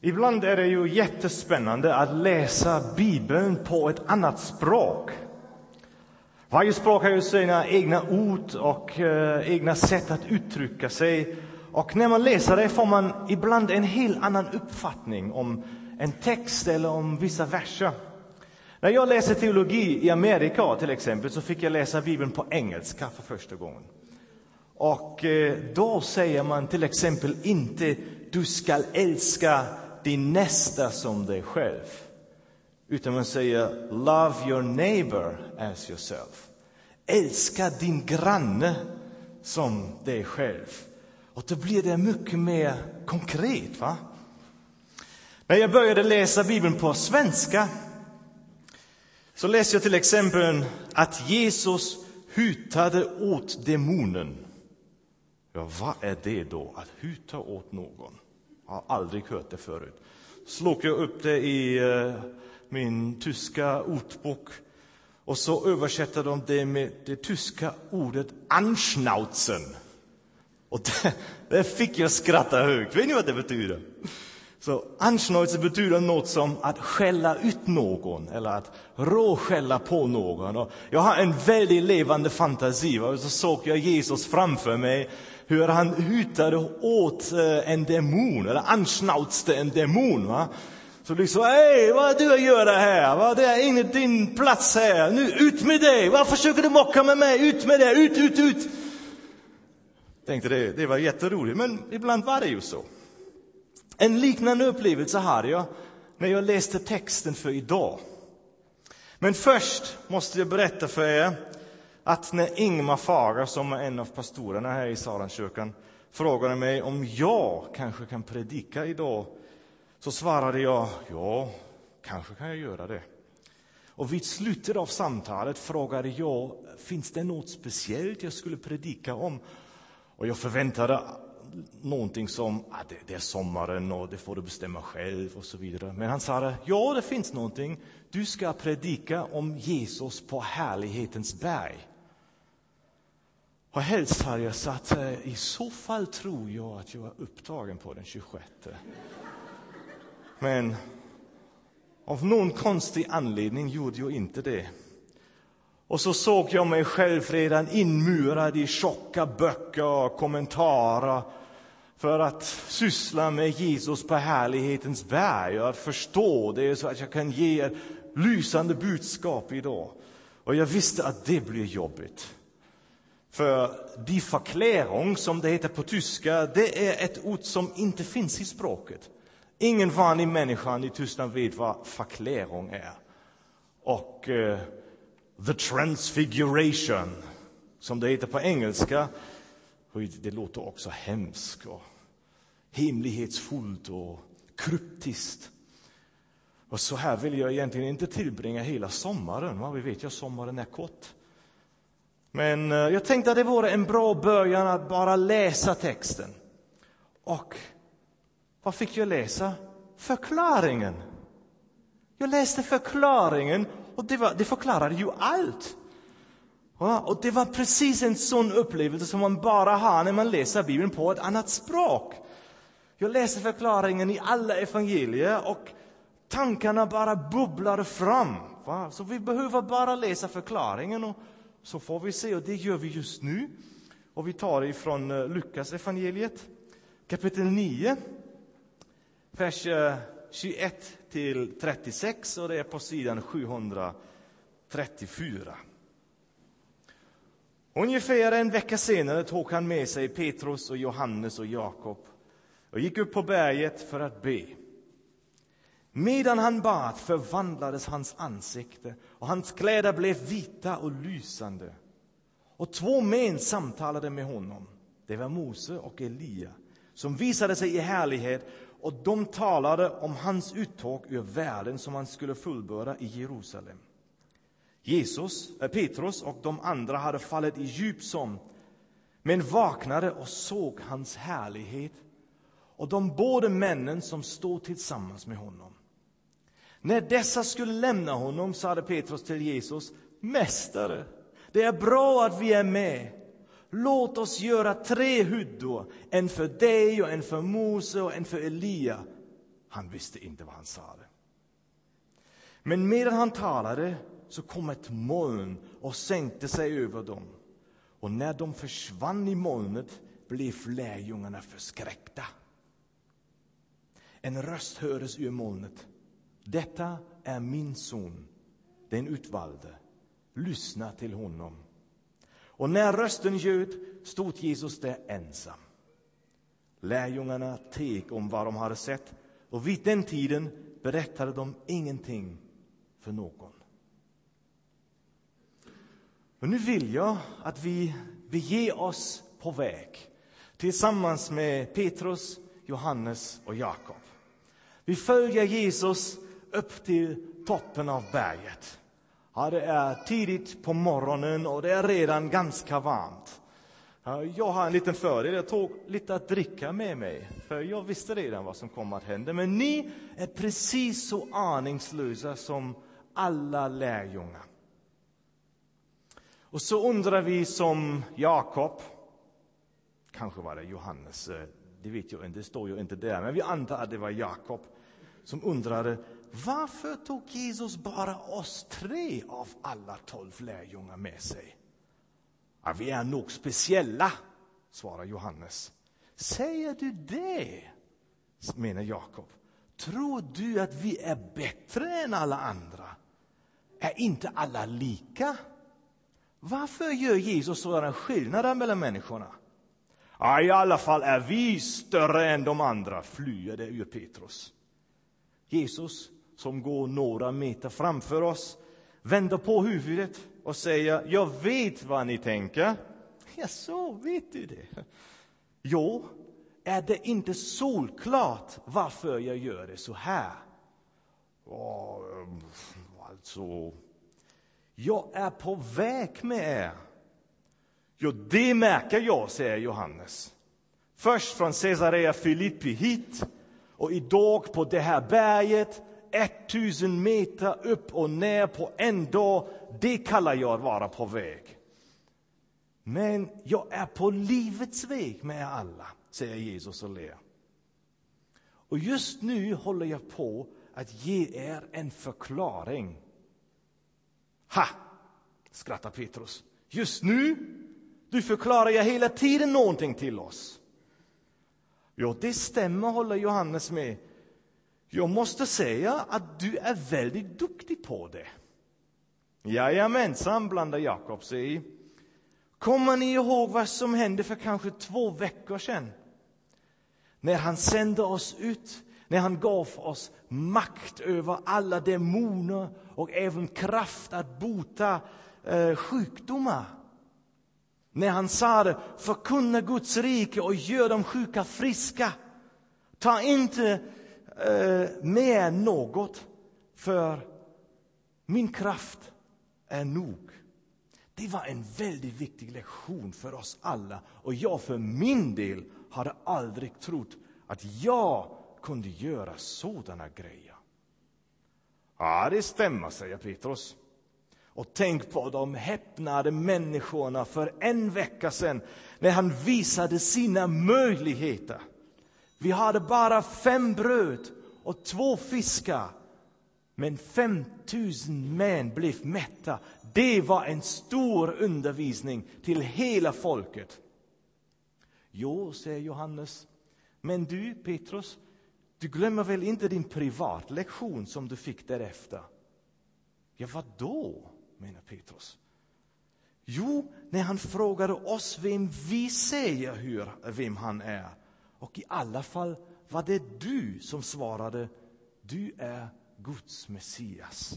Ibland är det ju jättespännande att läsa Bibeln på ett annat språk. Varje språk har ju sina egna ord och egna sätt att uttrycka sig. Och när man läser det får man ibland en helt annan uppfattning om en text eller om vissa verser. När jag läser teologi i Amerika till exempel så fick jag läsa Bibeln på engelska för första gången. Och då säger man till exempel inte du ska älska din nästa som dig själv. Utan man säger love your neighbor as yourself. Älska din granne som dig själv. Och då blir det mycket mer konkret, va? När jag började läsa Bibeln på svenska så läste jag till exempel att Jesus hutade åt demonen. Ja, vad är det då? Att huta åt någon? Jag har aldrig hört det förut. Slog jag upp det i min tyska ordbok. Och så översätter de det med det tyska ordet anschnauzen. Och det fick jag skratta högt. Vet ni vad det betyder? Så anschnauzen betyder något som att skälla ut någon. Eller att råskälla på någon. Och jag har en väldigt levande fantasi. Och så såg jag Jesus framför mig. Hur han hutade åt en demon. Eller anschnauzte en demon, va? Så liksom, hej, vad du gör här? Va? Det är inte din plats här. Nu, ut med dig. Vad försöker du mocka med mig? Ut med dig, ut. Tänkte det var jätteroligt, men ibland var det ju så. En liknande upplevelse hade jag när jag läste texten för idag. Men först måste jag berätta för er att när Ingmar Fager, som är en av pastorerna här i Saranskyrkan, frågade mig om jag kanske kan predika idag, så svarade jag, ja, kanske kan jag göra det. Och vid slutet av samtalet frågade jag, finns det något speciellt jag skulle predika om? Och jag förväntade någonting som, det är sommaren och det får du bestämma själv och så vidare. Men han sa, ja, det finns någonting. Du ska predika om Jesus på härlighetens berg. Och helst hade jag sagt, i så fall tror jag att jag är upptagen på den 26. Men av någon konstig anledning gjorde jag inte det. Och så såg jag mig själv redan inmurad i tjocka böcker och kommentarer för att syssla med Jesus på härlighetens berg och att förstå det så att jag kan ge ett lysande budskap idag. Och jag visste att det blir jobbigt. För die Verklärung, som det heter på tyska, det är ett ord som inte finns i språket. Ingen vanlig människa i Tyskland vet vad Verklärung är. Och the transfiguration, som det heter på engelska, det låter också hemskt och hemlighetsfullt och kryptiskt. Och så här vill jag egentligen inte tillbringa hela sommaren. Va? Vi vet ju att sommaren är kort. Men jag tänkte att det vore en bra början att bara läsa texten. Och vad fick jag läsa? Förklaringen. Jag läste förklaringen och det förklarade ju allt. Ja, och det var precis en sån upplevelse som man bara har när man läser Bibeln på ett annat språk. Jag läste förklaringen i alla evangelier och tankarna bara bubblade fram. Va? Så vi behöver bara läsa förklaringen och så får vi se, och det gör vi just nu. Och vi tar det ifrån Lukas evangeliet, kapitel 9, vers 21 till 36, och det är på sidan 734. Ungefär en vecka senare tog han med sig Petrus och Johannes och Jakob och gick upp på berget för att be. Medan han bad förvandlades hans ansikte och hans kläder blev vita och lysande. Och 2 män samtalade med honom. Det var Mose och Elia som visade sig i härlighet, och de talade om hans uttåg ur världen som han skulle fullborda i Jerusalem. Petrus och de andra hade fallit i djup sömn, men vaknade och såg hans härlighet och de båda männen som stod tillsammans med honom. När dessa skulle lämna honom sade Petrus till Jesus, Mästare, det är bra att vi är med. Låt oss göra 3 hyddor, en för dig och en för Mose och en för Elia. Han visste inte vad han sa. Men medan han talade så kom ett moln och sänkte sig över dem. Och när de försvann i molnet blev lärjungarna förskräckta. En röst hördes ur molnet. Detta är min son, den utvalde. Lyssna till honom. Och när rösten ljöd stod Jesus där ensam. Lärjungarna teg om vad de hade sett, och vid den tiden berättade de ingenting för någon. Och nu vill jag att vi beger oss på väg tillsammans med Petrus, Johannes och Jakob. Vi följer Jesus upp till toppen av berget. Ja, det är tidigt på morgonen och det är redan ganska varmt. Jag har en liten fördel, jag tog lite att dricka med mig. För jag visste redan vad som kommer att hända. Men ni är precis så aningslösa som alla lärjungar. Och så undrar vi som Jakob, kanske var det Johannes, det vet jag inte, det står ju inte där. Men vi antar att det var Jakob som undrade, varför tog Jesus bara oss 3 av alla 12 lärjungar med sig? Ja, vi är nog speciella, svarar Johannes. Säger du det, menar Jakob. Tror du att vi är bättre än alla andra? Är inte alla lika? Varför gör Jesus sådana skillnader mellan människorna? Ja, i alla fall är vi större än de andra, flyr det ur Petrus. Jesus, som går några meter framför oss, vänder på huvudet och säger, jag vet vad ni tänker. Ja, så vet du det. Jo, är det inte solklart varför jag gör det så här? Alltså, jag är på väg med er. Jo, det märker jag, säger Johannes. Först från Caesarea Philippi hit, och idag på det här berget 1000 meter upp och ner på en dag. Det kallar jag att vara på väg. Men jag är på livets väg med er alla, säger Jesus och ler. Och just nu håller jag på att ge er en förklaring. Ha, skrattar Petrus. Just nu? Du förklarar jag hela tiden någonting till oss. Ja, det stämmer, håller Johannes med. Jag måste säga att du är väldigt duktig på det. Jajamensan, blandar Jakob sig i. Kommer ni ihåg vad som hände för kanske 2 veckor sedan? När han sände oss ut, när han gav oss makt över alla demoner och även kraft att bota sjukdomar. När han sa det, förkunna Guds rike och gör de sjuka friska. Ta inte med något, för min kraft är nog. Det var en väldigt viktig lektion för oss alla. Och jag för min del hade aldrig trott att jag kunde göra sådana grejer. Ja, det stämmer, säger Petrus. Och tänk på de häpnade människorna för 1 vecka sedan när han visade sina möjligheter. Vi hade bara 5 bröd och 2 fiskar. Men 5000 män blev mätta. Det var en stor undervisning till hela folket. Jo, säger Johannes. Men du, Petrus, du glömmer väl inte din privatlektion som du fick därefter? Ja, vad då, menar Petrus. Jo, när han frågade oss vem vi säger vem han är. Och i alla fall var det du som svarade, du är Guds Messias.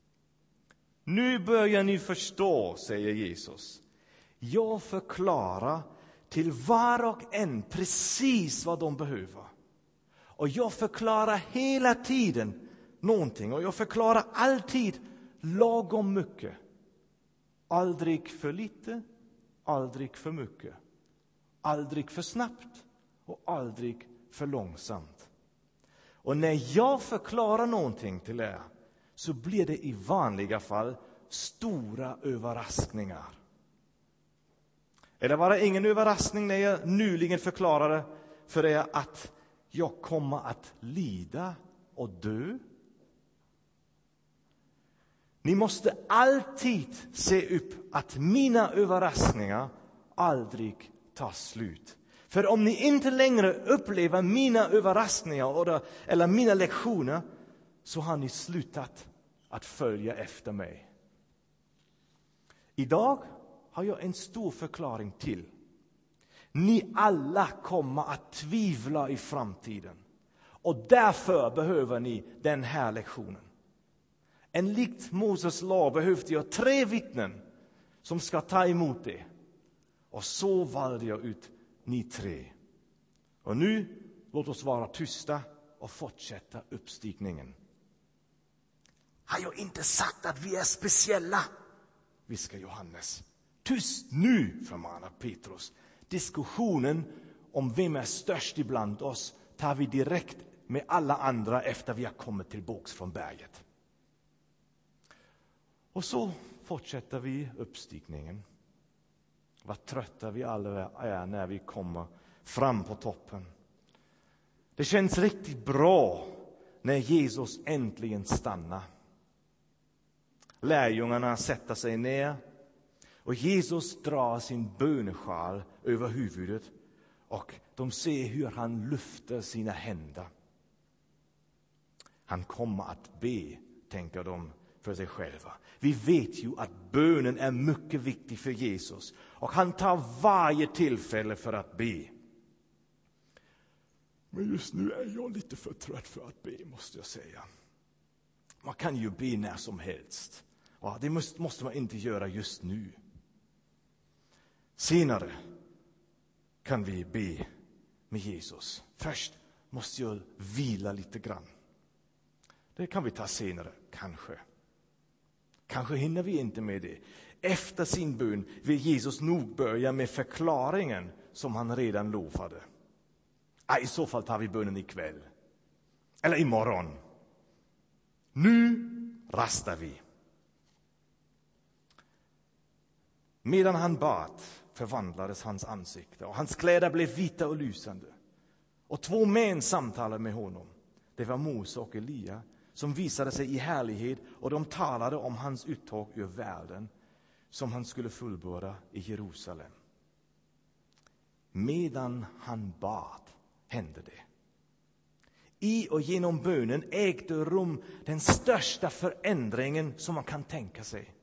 Nu börjar ni förstå, säger Jesus. Jag förklarar till var och en precis vad de behöver. Och jag förklarar hela tiden någonting. Och jag förklarar alltid lagom mycket. Aldrig för lite, aldrig för mycket. Aldrig för snabbt och aldrig för långsamt. Och när jag förklarar någonting till er så blir det i vanliga fall stora överraskningar. Eller var det ingen överraskning när jag nyligen förklarade för er att jag kommer att lida och dö? Ni måste alltid se upp att mina överraskningar aldrig tar slut. För om ni inte längre upplever mina överraskningar eller mina lektioner, så har ni slutat att följa efter mig. Idag har jag en stor förklaring till. Ni alla kommer att tvivla i framtiden. Och därför behöver ni den här lektionen. Enligt Moses lag behövde jag 3 vittnen som ska ta emot det. Och så valde jag ut ni 3. Och nu låt oss vara tysta och fortsätta uppstigningen. Har jag inte sagt att vi är speciella? Viskar Johannes. Tyst nu, förmanar Petrus. Diskussionen om vem är störst ibland oss tar vi direkt med alla andra efter vi har kommit tillbaka från berget. Och så fortsätter vi uppstigningen. Vad trötta vi alla är när vi kommer fram på toppen. Det känns riktigt bra när Jesus äntligen stannar. Lärjungarna sätter sig ner och Jesus drar sin bönesjal över huvudet och de ser hur han lyfter sina händer. Han kommer att be, tänker de för sig själva. Vi vet ju att bönen är mycket viktig för Jesus och han tar varje tillfälle för att be. Men just nu är jag lite för trött för att be, måste jag säga. Man kan ju be när som helst. Ja, det måste man inte göra just nu. Senare kan vi be med Jesus. Först måste jag vila lite grann. Det kan vi ta senare, kanske. Kanske hinner vi inte med det. Efter sin bön vill Jesus nog börja med förklaringen som han redan lovade. I så fall tar vi bönen ikväll. Eller imorgon. Nu rastar vi. Medan han bad förvandlades hans ansikte och hans kläder blev vita och lysande. Och 2 män samtalade med honom. Det var Mose och Elia som visade sig i härlighet och de talade om hans uttåg ur världen som han skulle fullborda i Jerusalem. Medan han bad hände det. I och genom bönen ägde rum den största förändringen som man kan tänka sig.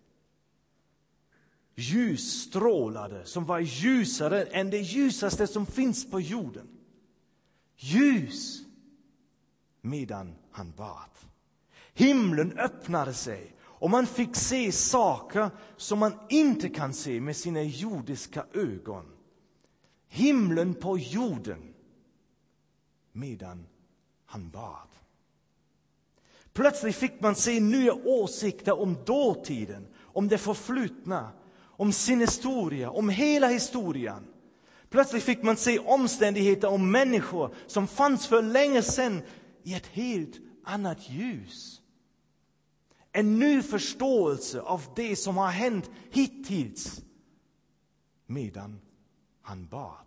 Ljus strålade som var ljusare än det ljusaste som finns på jorden. Ljus medan han bad. Himlen öppnade sig och man fick se saker som man inte kan se med sina jordiska ögon. Himlen på jorden medan han bad. Plötsligt fick man se nya åsikter om dåtiden, om det förflutna, om sin historia, om hela historien. Plötsligt fick man se omständigheter om människor som fanns för länge sedan i ett helt annat ljus. En ny förståelse av det som har hänt hittills medan han bad.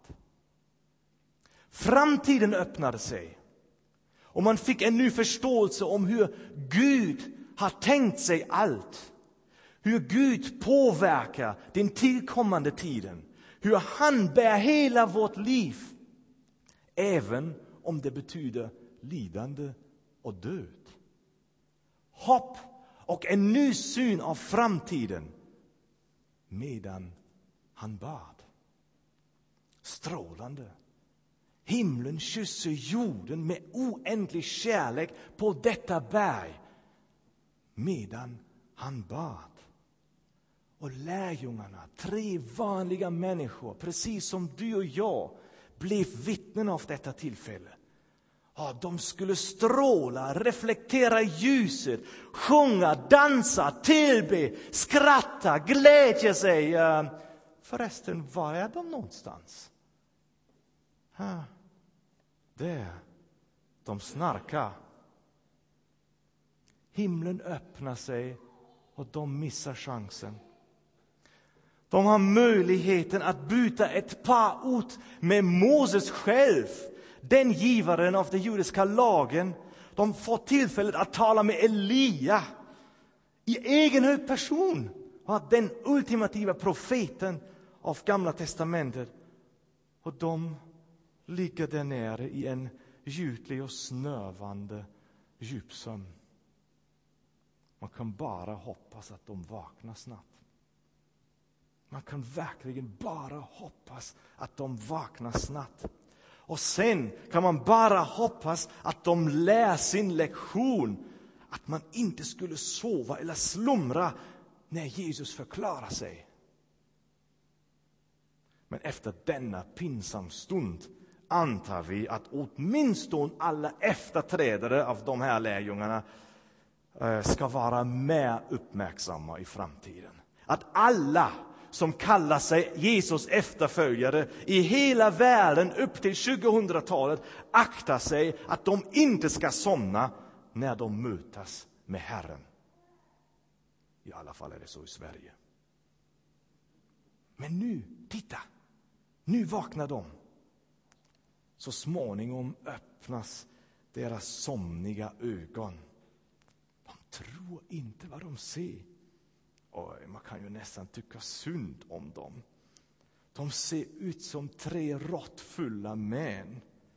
Framtiden öppnade sig och man fick en ny förståelse om hur Gud har tänkt sig allt. Hur Gud påverkar den tillkommande tiden. Hur han bär hela vårt liv. Även om det betyder lidande och död. Hopp och en ny syn av framtiden. Medan han bad. Strålande. Himlen kysser jorden med oändlig kärlek på detta berg. Medan han bad. Och lärjungarna, 3 vanliga människor, precis som du och jag, blev vittnen av detta tillfälle. Ja, de skulle stråla, reflektera ljuset, sjunga, dansa, tillbe, skratta, glädja sig. Förresten, var är de någonstans? Där, de snarkar. Himlen öppnar sig och de missar chansen. De har möjligheten att byta ett par ord med Moses själv, den givaren av den judiska lagen, De får tillfället att tala med Elia i egen hög person. Den ultimativa profeten av Gamla testamentet. Och de ligger där nere i en ljudlig och snövande djupsömn. Man kan bara hoppas att de vaknar snabbt. Man kan verkligen bara hoppas att de vaknar snabbt. Och sen kan man bara hoppas att de lär sin lektion. Att man inte skulle sova eller slumra när Jesus förklarar sig. Men efter denna pinsam stund antar vi att åtminstone alla efterträdare av de här lärjungarna ska vara mer uppmärksamma i framtiden. Att alla som kallar sig Jesus efterföljare i hela världen upp till 2000-talet aktar sig att de inte ska somna när de mötas med Herren. I alla fall är det så i Sverige. Men nu, titta, nu vaknar de. Så småningom öppnas deras somniga ögon. De tror inte vad de ser. Och man kan ju nästan tycka synd om dem. De ser ut som 3 råttfulla män.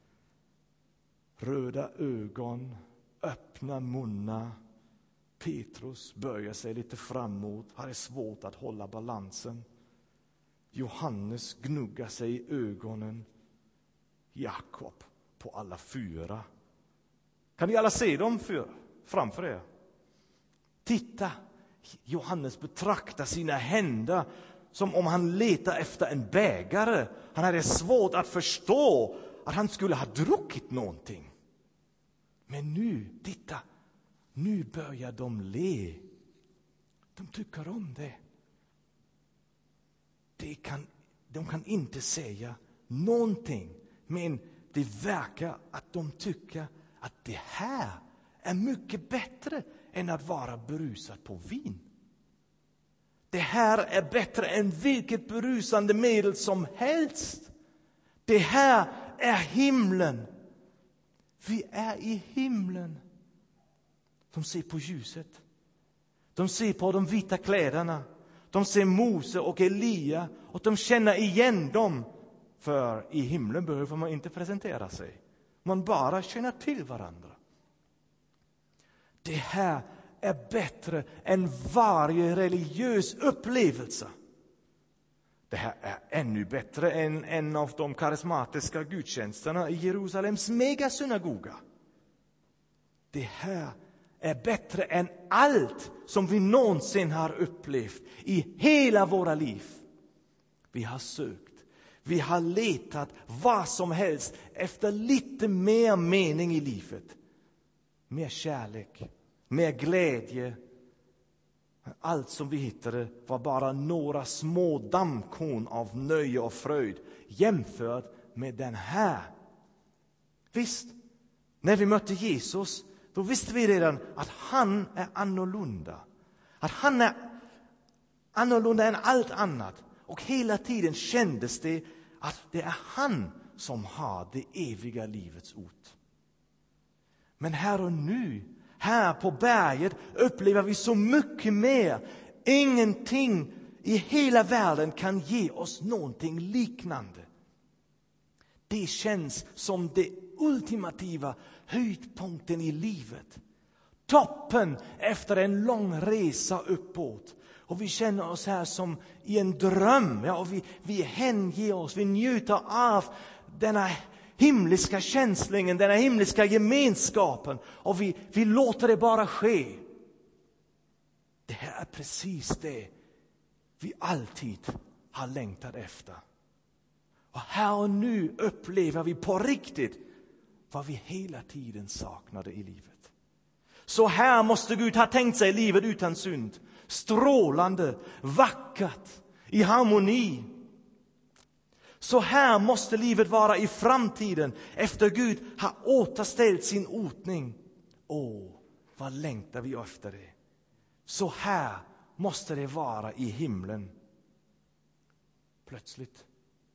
Röda ögon, öppna munnar. Petrus böjer sig lite framåt, har det svårt att hålla balansen. Johannes gnuggar sig i ögonen. Jakob på alla 4. Kan ni alla se dem framför er? Titta, Johannes betraktar sina händer som om han letar efter en bägare. Han hade svårt att förstå att han skulle ha druckit någonting. Men nu, titta, nu börjar de le. De tycker om det. De kan inte säga någonting, men det verkar att de tycker att det här är mycket bättre än att vara berusad på vin. Det här är bättre än vilket berusande medel som helst. Det här är himlen. Vi är i himlen. De ser på ljuset. De ser på de vita kläderna. De ser Mose och Elia och de känner igen dem. För i himlen behöver man inte presentera sig. Man bara känner till varandra. Det här är bättre än varje religiös upplevelse. Det här är ännu bättre än en av de karismatiska gudstjänsterna i Jerusalems megasynagoga. Det här är bättre än allt som vi någonsin har upplevt i hela våra liv. Vi har sökt, vi har letat vad som helst efter lite mer mening i livet. Mer kärlek, mer glädje. Allt som vi hittade var bara några små dammkorn av nöje och fröjd jämfört med den här. Visst, när vi mötte Jesus, då visste vi redan att han är annorlunda. Att han är annorlunda än allt annat. Och hela tiden kändes det att det är han som har det eviga livets ord. Men här och nu, här på berget, upplever vi så mycket mer. Ingenting i hela världen kan ge oss någonting liknande. Det känns som det ultimativa höjdpunkten i livet. Toppen efter en lång resa uppåt. Och vi känner oss här som i en dröm. Ja, och vi hänger oss, vi njuter av denna himmelska känslingen, denna himmelska gemenskapen. Och vi låter det bara ske. Det här är precis det vi alltid har längtat efter. Och här och nu upplever vi på riktigt vad vi hela tiden saknade i livet. Så här måste Gud ha tänkt sig livet utan synd. Strålande, vackert, i harmoni. Så här måste livet vara i framtiden efter Gud har återställt sin ordning. Vad längtar vi efter det. Så här måste det vara i himlen. Plötsligt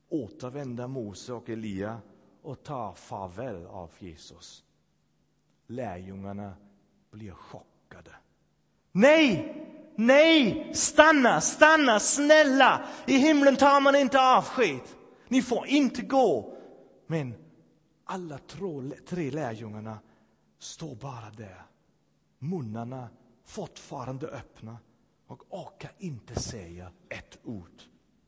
återvänder Mose och Elia och tar farväl av Jesus. Lärjungarna blir chockade. Nej! Nej! Stanna! Stanna! Snälla! I himlen tar man inte avsked. Ni får inte gå. Men alla tre lärjungarna står bara där. Munnarna fortfarande öppna och orkar inte säga ett ord.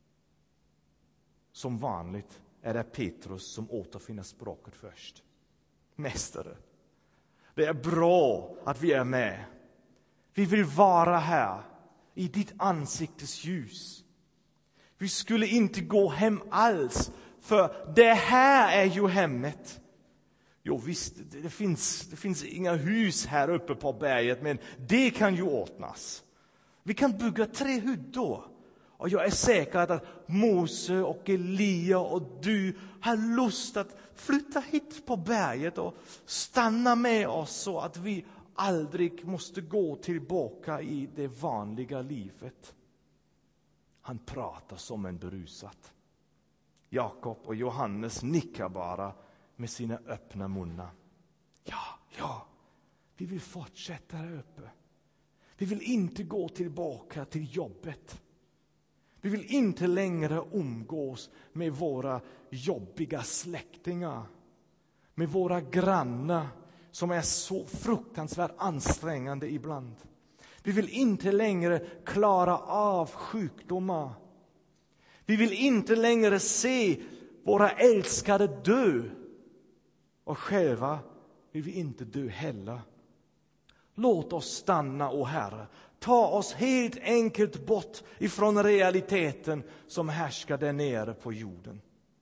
Som vanligt är det Petrus som återfinner språket först. Mästare, det är bra att vi är med. Vi vill vara här i ditt ansiktes ljus. Vi skulle inte gå hem alls, för det här är ju hemmet. Jo visst, det finns inga hus här uppe på berget, men det kan ju ordnas. Vi kan bygga 3 hyddor. Och jag är säker att Mose och Elia och du har lust att flytta hit på berget och stanna med oss så att vi aldrig måste gå tillbaka i det vanliga livet. Han pratar som en berusat. Jakob och Johannes nickar bara med sina öppna munnar. Ja, vi vill fortsätta här uppe. Vi vill inte gå tillbaka till jobbet. Vi vill inte längre umgås med våra jobbiga släktingar. Med våra grannar som är så fruktansvärt ansträngande ibland. Vi vill inte längre klara av sjukdomar. Vi vill inte längre se våra älskade dö. Och själva vill vi inte dö heller. Låt oss stanna, o Herre. Ta oss helt enkelt bort ifrån realiteten som härskar där nere på jorden.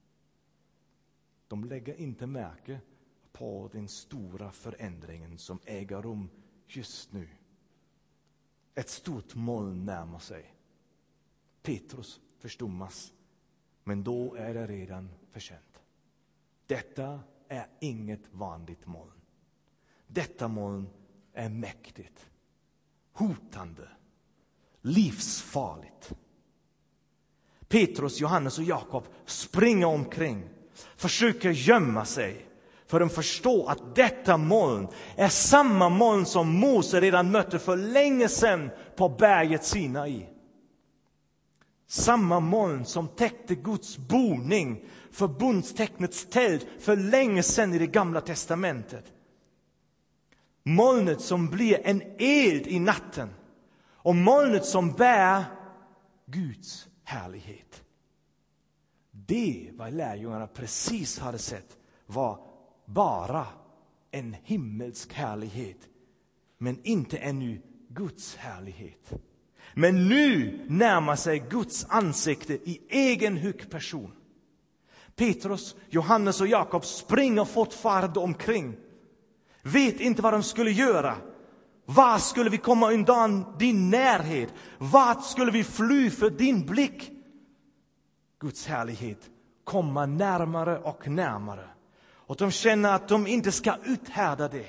De lägger inte märke på den stora förändringen som äger rum just nu. Ett stort moln närmar sig. Petrus förstummas, men då är det redan för sent. Detta är inget vanligt moln. Detta moln är mäktigt, hotande, livsfarligt. Petrus, Johannes och Jakob springer omkring, försöker gömma sig, för de förstår att detta moln är samma moln som Mose redan mötte för länge sedan på berget Sinai. Samma moln som täckte Guds boning, förbundstecknets tält för länge sedan i det gamla testamentet. Molnet som blir en eld i natten, och molnet som bär Guds härlighet. Det vad lärjungarna precis hade sett var bara en himmelsk härlighet, men inte ännu Guds härlighet. Men nu närmar sig Guds ansikte i egen hög person. Petrus, Johannes och Jakob springer fortfarande omkring. Vet inte vad de skulle göra. Var skulle vi komma undan din närhet? Vart skulle vi fly för din blick? Guds härlighet kommer närmare och närmare. Och de känner att de inte ska uthärda det.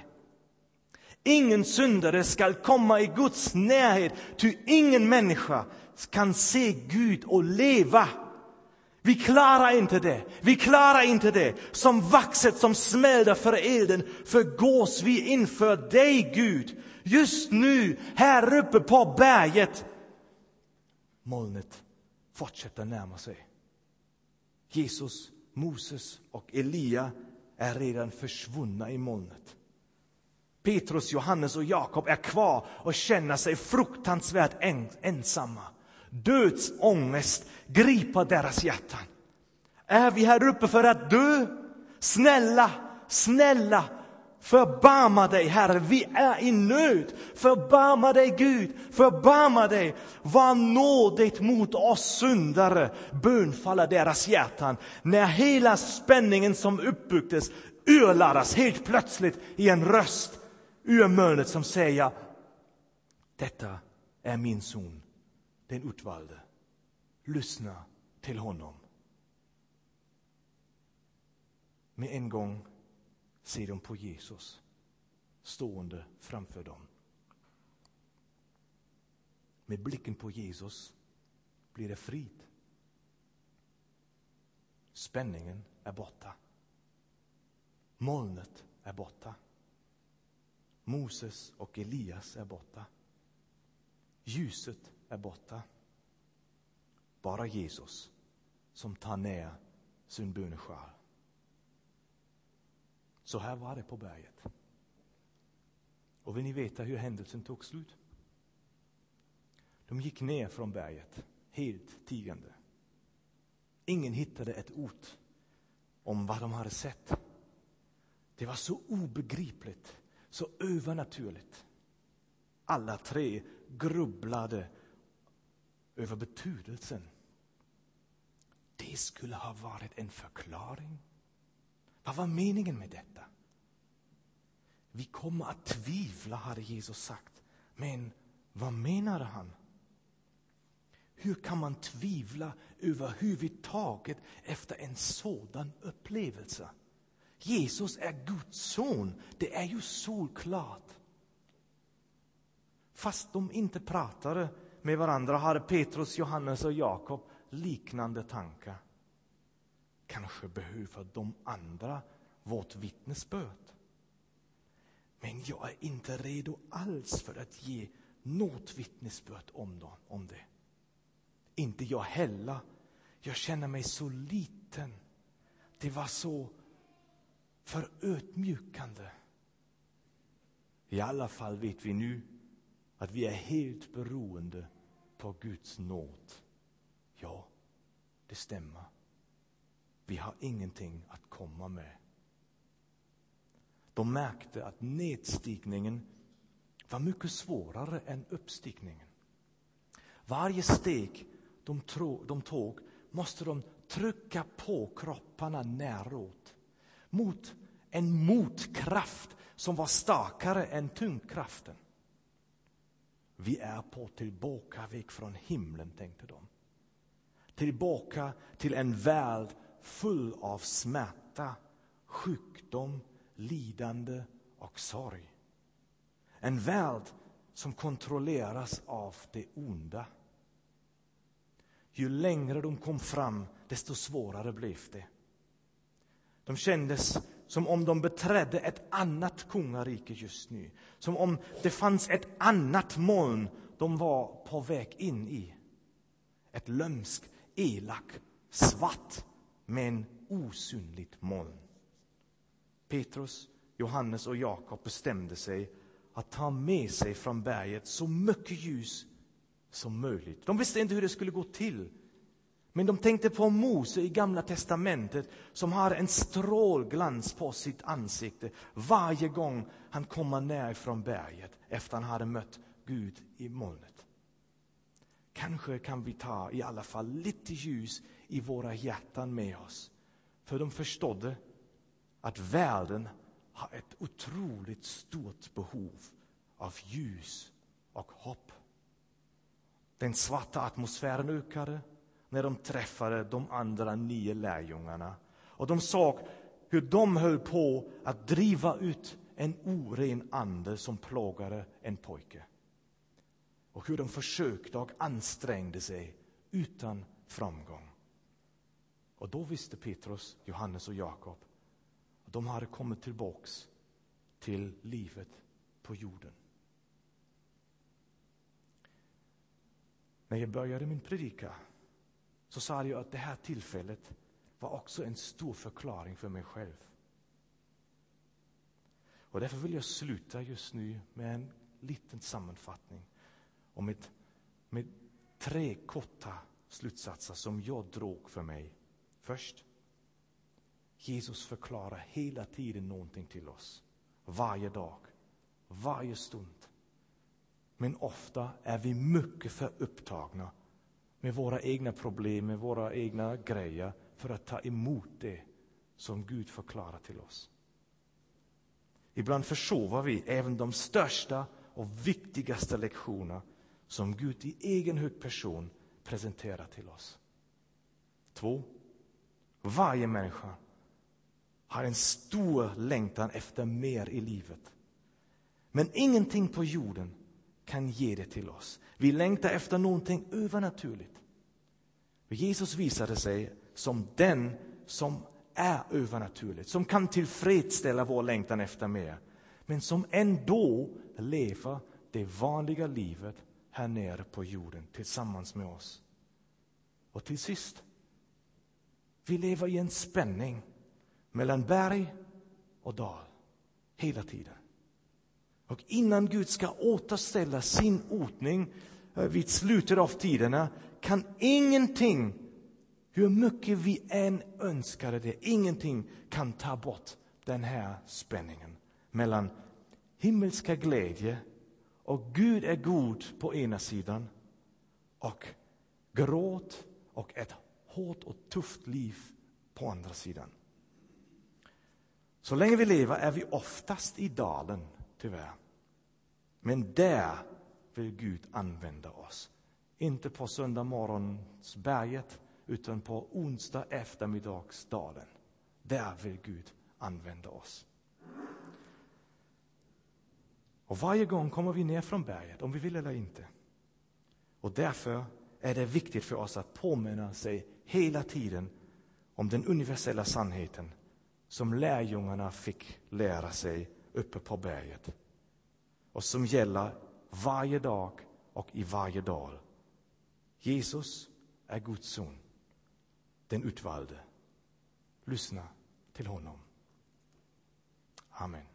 Ingen syndare ska komma i Guds närhet, ty ingen människa kan se Gud och leva. Vi klarar inte det. Vi klarar inte det. Som vaxet som smälter för elden förgås vi inför dig, Gud. Just nu, här uppe på berget. Molnet fortsätter närma sig. Jesus, Moses och Elia är redan försvunna i molnet. Petrus, Johannes och Jakob är kvar och känner sig fruktansvärt ensamma. Dödsångest griper deras hjärtan. Är vi här uppe för att dö? Snälla, förbarma dig, Herre. Vi är i nöd. Förbarma dig, Gud. Förbarma dig. Var nådigt mot oss syndare, bönfaller deras hjärtan. När hela spänningen som uppbyggdes urladdras helt plötsligt i en röst ur molnet som säger: detta är min son, den utvalde. Lyssna till honom. Med en gång ser de på Jesus stående framför dem. Med blicken på Jesus blir det frid. Spänningen är borta. Molnet är borta. Moses och Elias är borta. Ljuset är borta. Bara Jesus som tar ner sin böneskär. Så här var det på berget. Och vill ni veta hur händelsen tog slut? De gick ner från berget, helt tigande. Ingen hittade ett ord om vad de hade sett. Det var så obegripligt, så övernaturligt. Alla tre grubblade över betydelsen. Det skulle ha varit en förklaring. Vad var meningen med detta? Vi kommer att tvivla, hade Jesus sagt. Men vad menade han? Hur kan man tvivla överhuvudtaget efter en sådan upplevelse? Jesus är Guds son. Det är ju solklart. Fast de inte pratade med varandra hade Petrus, Johannes och Jakob liknande tankar. Kanske behöver de andra vårt vittnesbörd. Men jag är inte redo alls för att ge något vittnesbörd om det. Inte jag heller. Jag känner mig så liten. Det var så förödmjukande. I alla fall vet vi nu att vi är helt beroende på Guds nåd. Ja, det stämmer. Vi har ingenting att komma med. De märkte att nedstigningen var mycket svårare än uppstigningen. Varje steg de tog måste de trycka på kropparna näråt. Mot en motkraft som var starkare än tyngdkraften. Vi är på tillbakaväg från himlen, tänkte de. Tillbaka till en värld full av smärta, sjukdom, lidande och sorg. En värld som kontrolleras av det onda. Ju längre de kom fram, desto svårare blev det. De kändes som om de beträdde ett annat kungarike just nu. Som om det fanns ett annat moln de var på väg in i. Ett lömsk, elak, svart, men osynligt moln. Petrus, Johannes och Jakob bestämde sig att ta med sig från berget så mycket ljus som möjligt. De visste inte hur det skulle gå till. Men de tänkte på Mose i Gamla testamentet som har en strålglans på sitt ansikte varje gång han kommer ner från berget efter han hade mött Gud i molnet. Kanske kan vi ta i alla fall lite ljus i våra hjärtan med oss. För de förstådde att världen har ett otroligt stort behov av ljus och hopp. Den svarta atmosfären ökade när de träffade de andra 9 lärjungarna. Och de såg hur de höll på att driva ut en oren ande som plågade en pojke. Och hur de försökte och ansträngde sig utan framgång. Och då visste Petrus, Johannes och Jakob att de hade kommit tillbaks till livet på jorden. När jag började min predika så sa jag att det här tillfället var också en stor förklaring för mig själv. Och därför vill jag sluta just nu med en liten sammanfattning om med 3 korta slutsatser som jag drog för mig. Först, Jesus förklarar hela tiden någonting till oss. Varje dag, varje stund. Men ofta är vi mycket för upptagna med våra egna problem, med våra egna grejer för att ta emot det som Gud förklarar till oss. Ibland försover vi även de största och viktigaste lektioner som Gud i egen hög person presenterar till oss. 2. Varje människa har en stor längtan efter mer i livet. Men ingenting på jorden kan ge det till oss. Vi längtar efter någonting övernaturligt. Jesus visade sig som den som är övernaturligt, som kan tillfredsställa vår längtan efter mer. men som ändå lever det vanliga livet här nere på jorden tillsammans med oss. Och till sist, vi lever i en spänning mellan berg och dal hela tiden. Och innan Gud ska återställa sin ordning vid slutet av tiderna kan ingenting, hur mycket vi än önskar det, ingenting kan ta bort den här spänningen mellan himmelska glädje och Gud är god på ena sidan och gråt och ett hårt och tufft liv på andra sidan. Så länge vi lever är vi oftast i dalen, tyvärr. Men där vill Gud använda oss. Inte på söndag morgonsberget, utan på onsdag eftermiddagsdalen. Där vill Gud använda oss. Och varje gång kommer vi ner från berget, om vi vill eller inte. Och därför är det viktigt för oss att påminna sig hela tiden om den universella sannheten som lärjungarna fick lära sig uppe på berget. Och som gäller varje dag och i varje dal. Jesus är Guds son, den utvalde. Lyssna till honom. Amen.